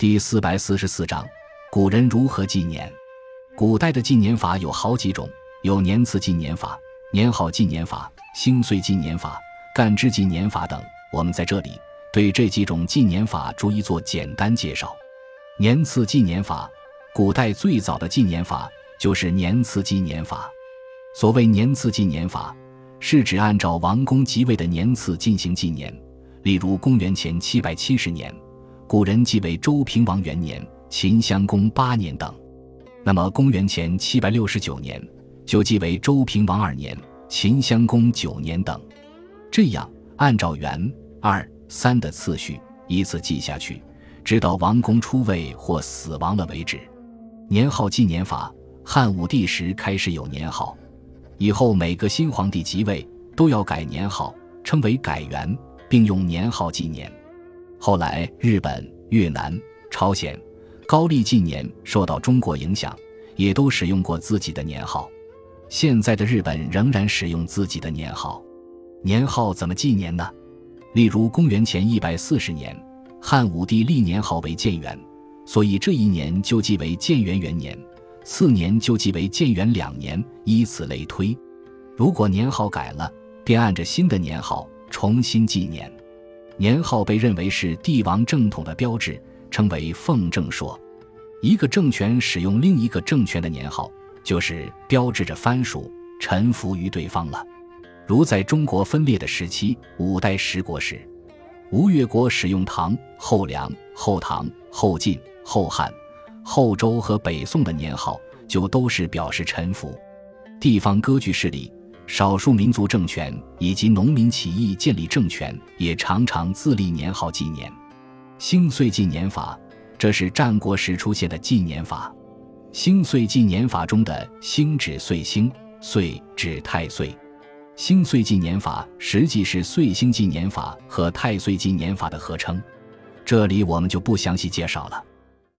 第444章，古人如何纪年。古代的纪年法有好几种，有年次纪年法、年号纪年法、星岁纪年法、干支纪年法等。我们在这里对这几种纪年法逐一做简单介绍。年次纪年法，古代最早的纪年法就是年次纪年法。所谓年次纪年法，是指按照王公即位的年次进行纪年，例如公元前770年，古人即为周平王元年、秦襄公8年等。那么公元前769年就即为周平王2年、秦襄公9年等。这样按照元、2、3的次序依次记下去，直到王公出位或死亡了为止。年号纪年法，汉武帝时开始有年号，以后每个新皇帝即位都要改年号，称为改元，并用年号纪年。后来日本、越南、朝鲜、高丽纪年受到中国影响，也都使用过自己的年号。现在的日本仍然使用自己的年号。年号怎么纪年呢？例如公元前140年，汉武帝立年号为建元，所以这一年就记为建元元年，次年就记为建元2年，以此类推。如果年号改了，便按着新的年号重新纪年。年号被认为是帝王正统的标志，称为奉正说。一个政权使用另一个政权的年号，就是标志着藩属臣服于对方了。如在中国分裂的时期，5代十国时，吴越国使用唐、后梁、后唐、后晋、后汉、后周和北宋的年号，就都是表示臣服。地方割据势力、少数民族政权以及农民起义建立政权，也常常自立年号纪年。星岁纪年法，这是战国时出现的纪年法。星岁纪年法中的星指岁星，岁指太岁。星岁纪年法实际是岁星纪年法和太岁纪年法的合称，这里我们就不详细介绍了。